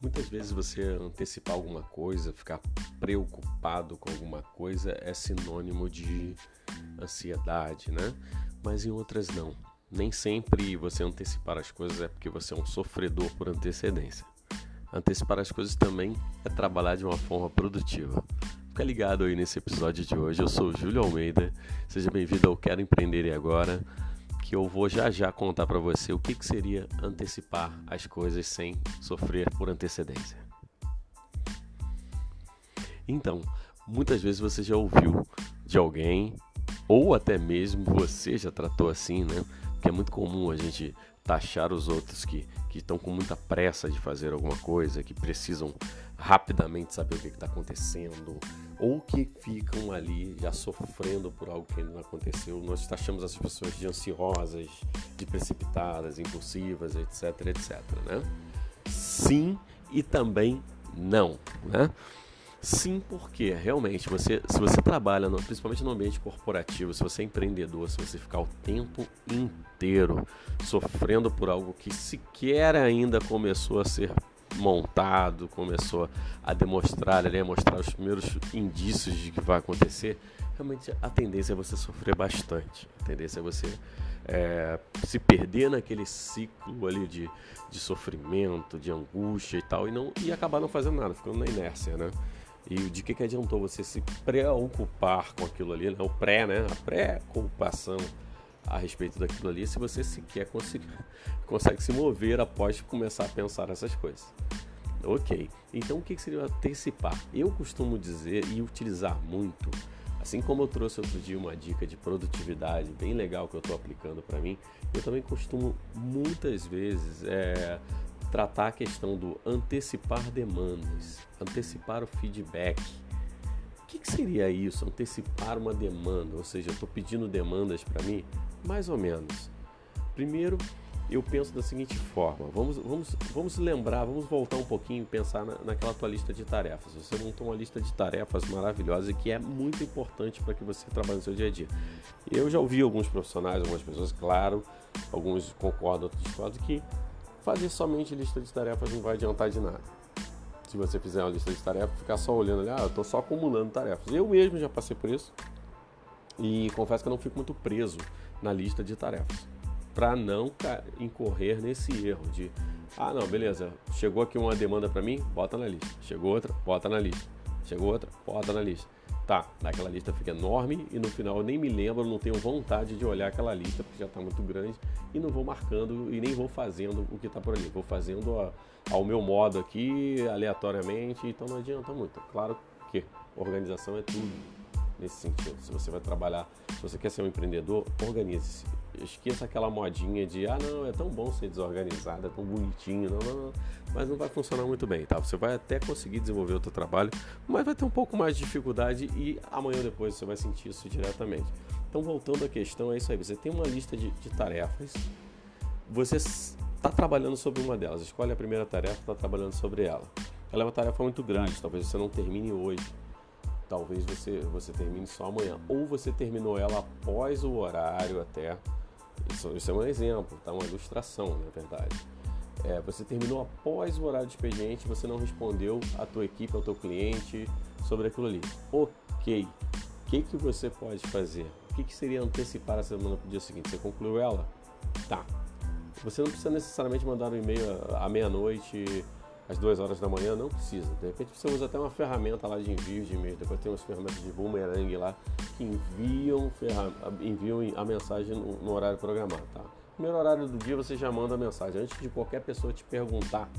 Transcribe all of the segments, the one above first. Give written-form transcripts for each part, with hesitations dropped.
Muitas vezes você antecipar alguma coisa, ficar preocupado com alguma coisa é sinônimo de ansiedade, né? Mas em outras não. Nem sempre você antecipar as coisas é porque você é um sofredor por antecedência. Antecipar as coisas também é trabalhar de uma forma produtiva. Fica ligado aí nesse episódio de hoje. Eu sou o Júlio Almeida. Seja bem-vindo ao Quero Empreender e Agora, que eu vou já contar para você o que seria antecipar as coisas sem sofrer por antecedência. Então, muitas vezes você já ouviu de alguém, ou até mesmo você já tratou assim, né? Porque é muito comum a gente taxar os outros que estão com muita pressa de fazer alguma coisa, que precisam rapidamente saber o que está acontecendo, ou que ficam ali já sofrendo por algo que ainda não aconteceu. Nós taxamos essas pessoas de ansiosas, de precipitadas, impulsivas, etc, né? Sim e também não, né? Sim, porque realmente, se você trabalha, principalmente no ambiente corporativo, se você é empreendedor, se você ficar o tempo inteiro sofrendo por algo que sequer ainda começou a ser montado, começou a demonstrar, a mostrar os primeiros indícios de que vai acontecer, realmente a tendência é você sofrer bastante. A tendência é você se perder naquele ciclo ali de sofrimento, de angústia e tal, e acabar não fazendo nada, ficando na inércia, né? E de que adiantou você se preocupar com aquilo ali, né? A pré-ocupação a respeito daquilo ali, se você sequer consegue se mover após começar a pensar essas coisas. Ok, então o que seria antecipar? Eu costumo dizer e utilizar muito, assim como eu trouxe outro dia uma dica de produtividade bem legal que eu estou aplicando para mim, eu também costumo muitas vezes tratar a questão do antecipar demandas, antecipar o feedback. O que seria isso? Antecipar uma demanda, ou seja, eu estou pedindo demandas para mim? Mais ou menos. Primeiro, eu penso da seguinte forma, vamos lembrar, vamos voltar um pouquinho e pensar naquela tua lista de tarefas. Você montou uma lista de tarefas maravilhosa que é muito importante para que você trabalhe no seu dia a dia. Eu já ouvi alguns profissionais, algumas pessoas, claro, alguns concordam, outros discordam, que fazer somente lista de tarefas não vai adiantar de nada. Se você fizer uma lista de tarefas, ficar só olhando ali, eu estou só acumulando tarefas. Eu mesmo já passei por isso e confesso que eu não fico muito preso na lista de tarefas, para não incorrer nesse erro de, não, beleza, chegou aqui uma demanda para mim, bota na lista. Chegou outra, bota na lista. Chegou outra, bota na lista. Tá, aquela lista fica enorme e no final eu nem me lembro, não tenho vontade de olhar aquela lista porque já está muito grande e não vou marcando e nem vou fazendo o que está por ali. Vou fazendo ao meu modo aqui, aleatoriamente, então não adianta muito. Claro que organização é tudo nesse sentido. Se você vai trabalhar, se você quer ser um empreendedor, organize-se. Esqueça aquela modinha de, não, é tão bom ser desorganizado, é tão bonitinho, não, mas não vai funcionar muito bem, tá? Você vai até conseguir desenvolver o teu trabalho, mas vai ter um pouco mais de dificuldade e amanhã ou depois você vai sentir isso diretamente. Então, voltando à questão, é isso aí, você tem uma lista de tarefas, você está trabalhando sobre uma delas, escolhe a primeira tarefa, está trabalhando sobre ela. Ela é uma tarefa muito grande, talvez você não termine hoje. Talvez você termine só amanhã, ou você terminou ela após o horário até. Isso é um exemplo, tá? Uma ilustração, na verdade. Você terminou após o horário de expediente, você não respondeu à tua equipe, ao teu cliente sobre aquilo ali. Ok, o que você pode fazer? O que seria antecipar essa semana para o dia seguinte? Você concluiu ela? Tá. Você não precisa necessariamente mandar um e-mail à meia-noite, às 2 horas da manhã, não precisa. De repente você usa até uma ferramenta lá de envio de e-mail. Depois tem umas ferramentas de boomerang lá que enviam a mensagem no horário programado, tá? No primeiro horário do dia você já manda a mensagem. Antes de qualquer pessoa te perguntar.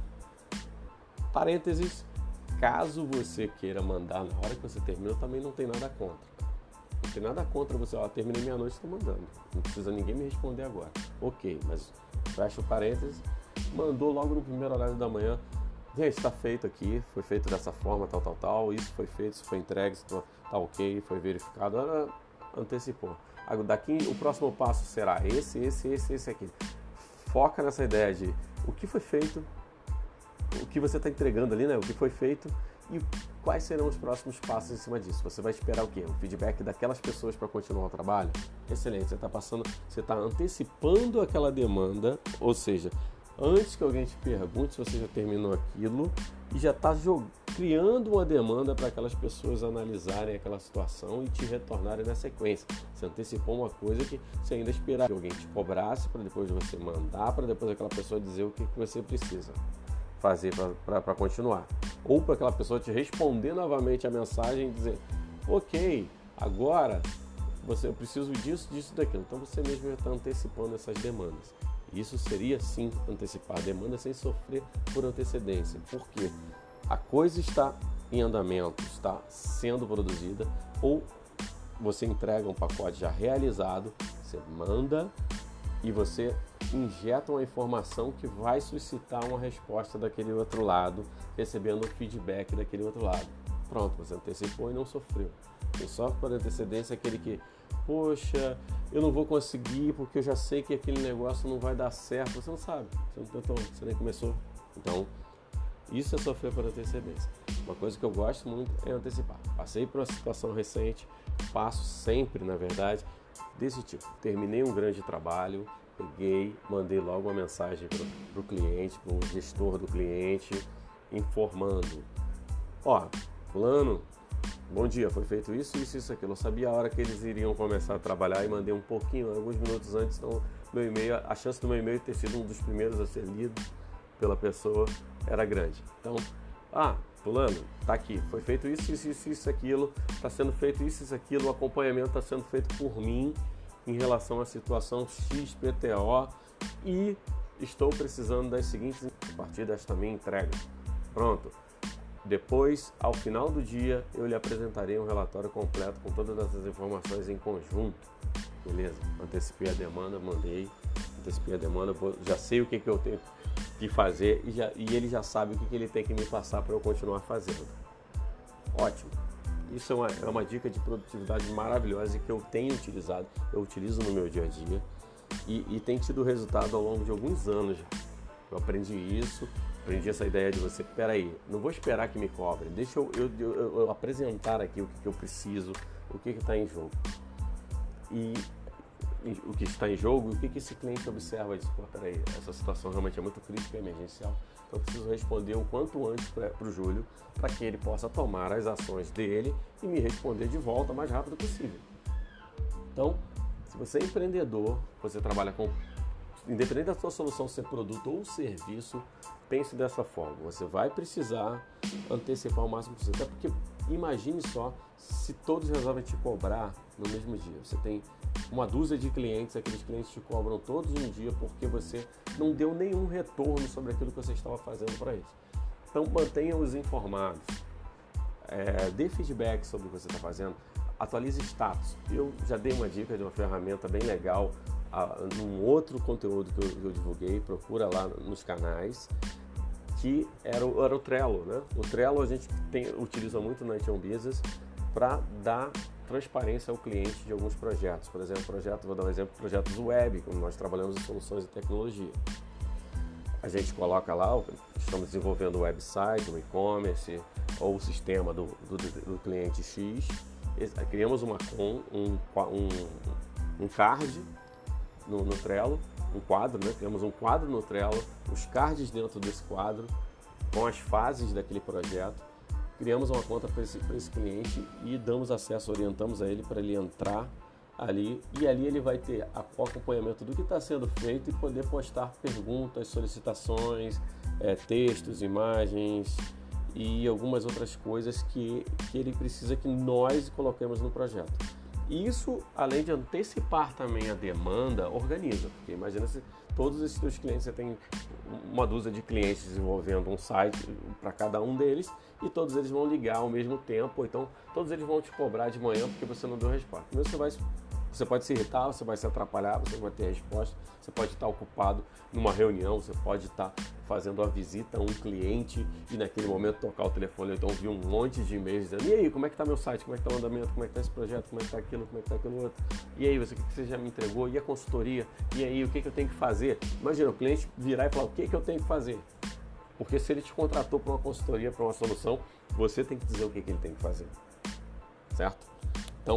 Parênteses, caso você queira mandar na hora que você termina, eu também não tem nada contra. Não tem nada contra você, terminei meia-noite, estou mandando. Não precisa ninguém me responder agora. Ok, mas fecha o parênteses. Mandou logo no primeiro horário da manhã. Gente, está feito aqui, foi feito dessa forma, tal. Isso foi feito, isso foi entregue, isso tá ok, foi verificado. Antecipou. Daqui o próximo passo será esse aqui. Foca nessa ideia de o que foi feito, o que você está entregando ali, né? O que foi feito e quais serão os próximos passos em cima disso. Você vai esperar o quê? O feedback daquelas pessoas para continuar o trabalho? Excelente, você está antecipando aquela demanda, ou seja, antes que alguém te pergunte se você já terminou aquilo e já está criando uma demanda para aquelas pessoas analisarem aquela situação e te retornarem na sequência. Você antecipou uma coisa que você ainda esperava que alguém te cobrasse para depois você mandar, para depois aquela pessoa dizer o que você precisa fazer para continuar. Ou para aquela pessoa te responder novamente a mensagem e dizer, ok, agora eu preciso disso, disso, daquilo. Então você mesmo já está antecipando essas demandas. Isso seria sim antecipar a demanda sem sofrer por antecedência. Por quê? A coisa está em andamento, está sendo produzida, ou você entrega um pacote já realizado, você manda e você injeta uma informação que vai suscitar uma resposta daquele outro lado, recebendo o feedback daquele outro lado. Pronto, você antecipou e não sofreu. Quem sofre por antecedência é aquele que, poxa, eu não vou conseguir porque eu já sei que aquele negócio não vai dar certo. Você não sabe, você não tentou, você nem começou. Então, isso é sofrer por antecedência. Uma coisa que eu gosto muito é antecipar. Passei por uma situação recente, passo sempre, na verdade, desse tipo. Terminei um grande trabalho, peguei, mandei logo uma mensagem para o cliente, para o gestor do cliente, informando. Ó, fulano, bom dia, foi feito isso, isso, isso, aquilo. Eu sabia a hora que eles iriam começar a trabalhar e mandei um pouquinho, alguns minutos antes, então meu e-mail, a chance do meu e-mail ter sido um dos primeiros a ser lido pela pessoa era grande. Então, fulano, tá aqui, foi feito isso, isso, isso, isso, aquilo, está sendo feito isso, isso, aquilo, o acompanhamento está sendo feito por mim em relação à situação XPTO e estou precisando das seguintes, a partir desta minha entrega. Pronto. Depois, ao final do dia, eu lhe apresentarei um relatório completo com todas essas informações em conjunto. Beleza? Antecipei a demanda, mandei. Antecipei a demanda, já sei o que eu tenho que fazer e ele já sabe o que ele tem que me passar para eu continuar fazendo. Ótimo. Isso é uma dica de produtividade maravilhosa que eu tenho utilizado, eu utilizo no meu dia a dia e tem tido resultado ao longo de alguns anos já. Eu aprendi isso. Aprendi essa ideia de você, peraí, não vou esperar que me cobrem, deixa eu apresentar aqui o que eu preciso, o que está em jogo. E o que está em jogo, o que esse cliente observa e diz, pô, peraí, essa situação realmente é muito crítica e emergencial, então eu preciso responder o quanto antes para o Júlio, para que ele possa tomar as ações dele e me responder de volta o mais rápido possível. Então, se você é empreendedor, você trabalha com, independente da sua solução ser produto ou serviço, pense dessa forma, você vai precisar antecipar o máximo possível, até porque imagine só se todos resolvem te cobrar no mesmo dia. Você tem uma dúzia de clientes, aqueles clientes te cobram todos um dia porque você não deu nenhum retorno sobre aquilo que você estava fazendo para eles. Então mantenha-os informados, dê feedback sobre o que você está fazendo, atualize status. Eu já dei uma dica de uma ferramenta bem legal num outro conteúdo que eu divulguei, procura lá nos canais, que era o Trello, né? O Trello a gente utiliza muito na Ation Business para dar transparência ao cliente de alguns projetos. Por exemplo, vou dar um exemplo, projetos web, como nós trabalhamos em soluções de tecnologia. A gente coloca lá, estamos desenvolvendo um website, um e-commerce ou o sistema do cliente X. Criamos um card no Trello, um quadro, né? Criamos um quadro no Trello, os cards dentro desse quadro, com as fases daquele projeto. Criamos uma conta para esse cliente e damos acesso, orientamos a ele para ele entrar ali e ali ele vai ter o acompanhamento do que está sendo feito e poder postar perguntas, solicitações, textos, imagens e algumas outras coisas que ele precisa que nós coloquemos no projeto. Isso, além de antecipar também a demanda, organiza, porque imagina se todos esses seus clientes, você tem uma dúzia de clientes desenvolvendo um site para cada um deles e todos eles vão ligar ao mesmo tempo, ou então todos eles vão te cobrar de manhã porque você não deu resposta. Primeiro você pode se irritar, você vai se atrapalhar, você não vai ter resposta, você pode estar ocupado numa reunião, você pode estar fazendo uma visita a um cliente e naquele momento tocar o telefone, então ouvir um monte de e-mails dizendo, e aí, como é que está meu site, como é que está o andamento, como é que está esse projeto, como é que está aquilo, como é que está aquilo outro, e aí, o que você já me entregou, e a consultoria, e aí, o que eu tenho que fazer? Imagina, o cliente virar e falar, o que eu tenho que fazer? Porque se ele te contratou para uma consultoria, para uma solução, você tem que dizer o que ele tem que fazer, certo? Então,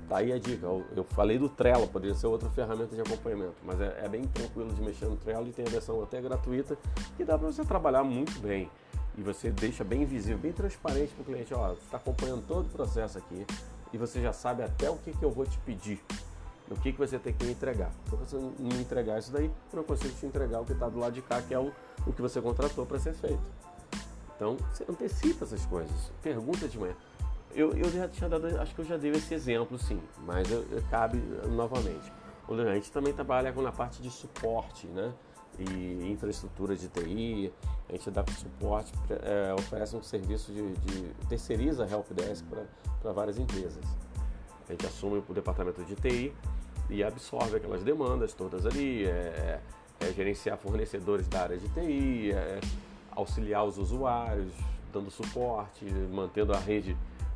Tá aí a dica. Eu falei do Trello, poderia ser outra ferramenta de acompanhamento, mas é bem tranquilo de mexer no Trello e tem a versão até gratuita que dá para você trabalhar muito bem. E você deixa bem visível, bem transparente para o cliente. Ó, você está acompanhando todo o processo aqui e você já sabe até o que eu vou te pedir, o que você tem que me entregar. Se você não me entregar isso daí, eu não consigo te entregar o que está do lado de cá, que é o que você contratou para ser feito. Então, você antecipa essas coisas. Pergunta de manhã. Eu já tinha dado, acho que eu já dei esse exemplo, sim, mas cabe novamente. A gente também trabalha na parte de suporte, né? E infraestrutura de TI, a gente dá suporte, oferece um serviço terceiriza a Helpdesk para várias empresas. A gente assume o departamento de TI e absorve aquelas demandas todas ali, gerenciar fornecedores da área de TI, auxiliar os usuários, dando suporte, mantendo a rede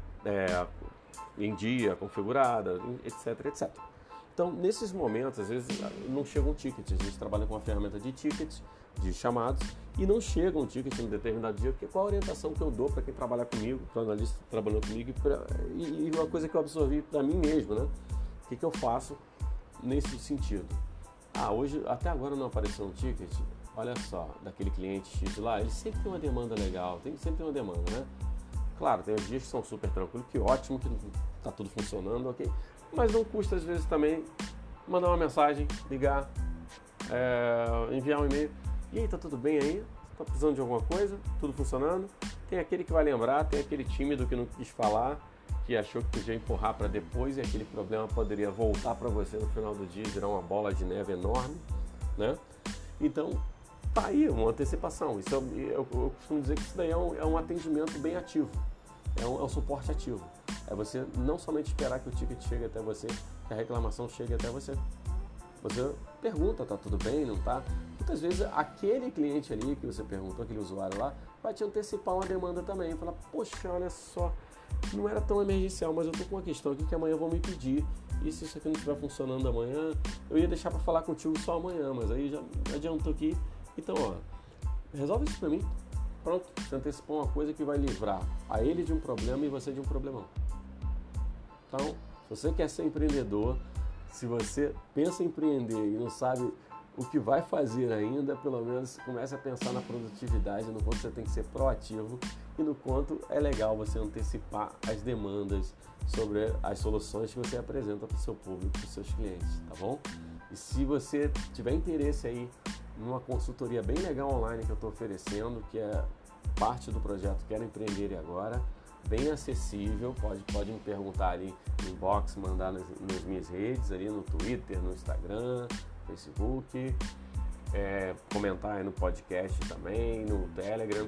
em dia, configurada, etc, etc. Então, nesses momentos, às vezes não chega um ticket, a gente trabalha com uma ferramenta de tickets, de chamados, e não chega um ticket em um determinado dia, porque qual a orientação que eu dou para quem trabalha comigo, para o analista trabalhando comigo, e uma coisa que eu absorvi para mim mesmo, né? O que eu faço nesse sentido? Hoje, até agora não apareceu um ticket, olha só, daquele cliente X lá, ele sempre tem uma demanda legal, sempre tem uma demanda, né? Claro, tem os dias que são super tranquilos, que ótimo, que está tudo funcionando, ok? Mas não custa, às vezes, também mandar uma mensagem, ligar, enviar um e-mail. E aí, tá tudo bem aí? Tá precisando de alguma coisa? Tudo funcionando? Tem aquele que vai lembrar, tem aquele tímido que não quis falar, que achou que podia empurrar para depois e aquele problema poderia voltar para você no final do dia, virar uma bola de neve enorme, né? Então, tá aí uma antecipação. Isso eu costumo dizer que isso daí é um atendimento bem ativo, é um suporte ativo. É você não somente esperar que o ticket chegue até você, que a reclamação chegue até você. Você pergunta, tá tudo bem, não tá? Muitas vezes aquele cliente ali que você perguntou, aquele usuário lá, vai te antecipar uma demanda também. Falar, poxa, olha só, não era tão emergencial, mas eu tô com uma questão aqui que amanhã vão me pedir. E se isso aqui não estiver funcionando amanhã, eu ia deixar para falar contigo só amanhã, mas aí já adiantou aqui. Então, ó, resolve isso para mim. Pronto, você antecipou uma coisa que vai livrar a ele de um problema e você de um problemão. Então, se você quer ser empreendedor, se você pensa em empreender e não sabe o que vai fazer ainda, pelo menos comece a pensar na produtividade, no quanto você tem que ser proativo e no quanto é legal você antecipar as demandas sobre as soluções que você apresenta para o seu público, para os seus clientes, tá bom? E se você tiver interesse aí numa consultoria bem legal online que eu estou oferecendo, que é parte do projeto Quero Empreender Agora, bem acessível, pode me perguntar ali no inbox, mandar nas minhas redes, ali no Twitter, no Instagram, Facebook, comentar aí no podcast também, no Telegram.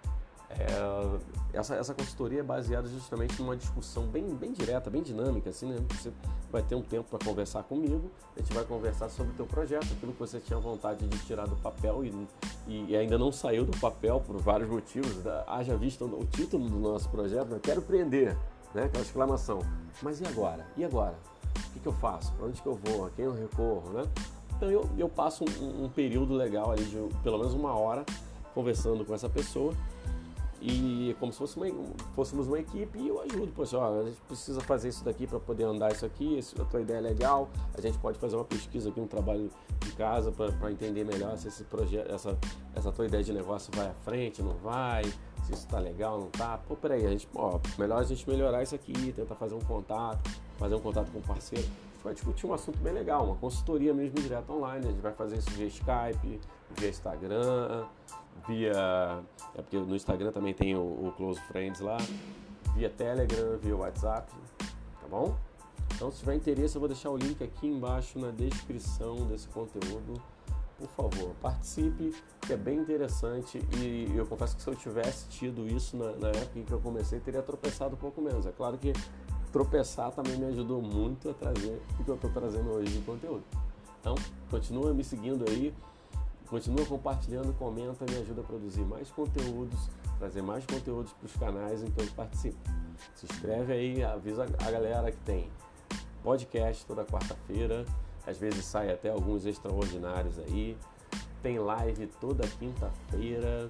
Essa consultoria é baseada justamente numa discussão bem direta, bem dinâmica, assim, né? Você vai ter um tempo para conversar comigo, a gente vai conversar sobre o teu projeto, aquilo que você tinha vontade de tirar do papel e ainda não saiu do papel por vários motivos. Haja visto o título do nosso projeto, né? Quero empreender, né? Aquela exclamação. Mas e agora? E agora? O que eu faço? Para onde que eu vou? A quem eu recorro, né? Então eu passo um período legal ali de pelo menos uma hora conversando com essa pessoa. E como se fôssemos uma equipe e eu ajudo, poxa, ó, a gente precisa fazer isso daqui para poder andar isso aqui, a tua ideia é legal, a gente pode fazer uma pesquisa aqui, um trabalho de casa para entender melhor se esse projeto, essa tua ideia de negócio vai à frente, não vai, se isso tá legal, não tá. Pô, peraí, melhor a gente melhorar isso aqui, tentar fazer um contato com o parceiro. A gente vai discutir um assunto bem legal, uma consultoria mesmo direto online, a gente vai fazer isso via Skype, via Instagram, porque no Instagram também tem o Close Friends lá, via Telegram, via WhatsApp, tá bom? Então, se tiver interesse, eu vou deixar o link aqui embaixo na descrição desse conteúdo. Por favor, participe, que é bem interessante e eu confesso que se eu tivesse tido isso na época em que eu comecei, teria tropeçado um pouco menos. É claro que tropeçar também me ajudou muito a trazer o que eu estou trazendo hoje de conteúdo. Então, continua me seguindo aí, continua compartilhando, comenta, me ajuda a produzir mais conteúdos, trazer mais conteúdos para os canais em que eu participo. Se inscreve aí, avisa a galera que tem podcast toda quarta-feira, às vezes sai até alguns extraordinários aí, tem live toda quinta-feira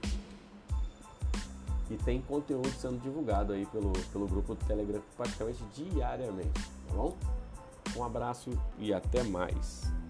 e tem conteúdo sendo divulgado aí pelo grupo do Telegram praticamente diariamente, tá bom? Um abraço e até mais.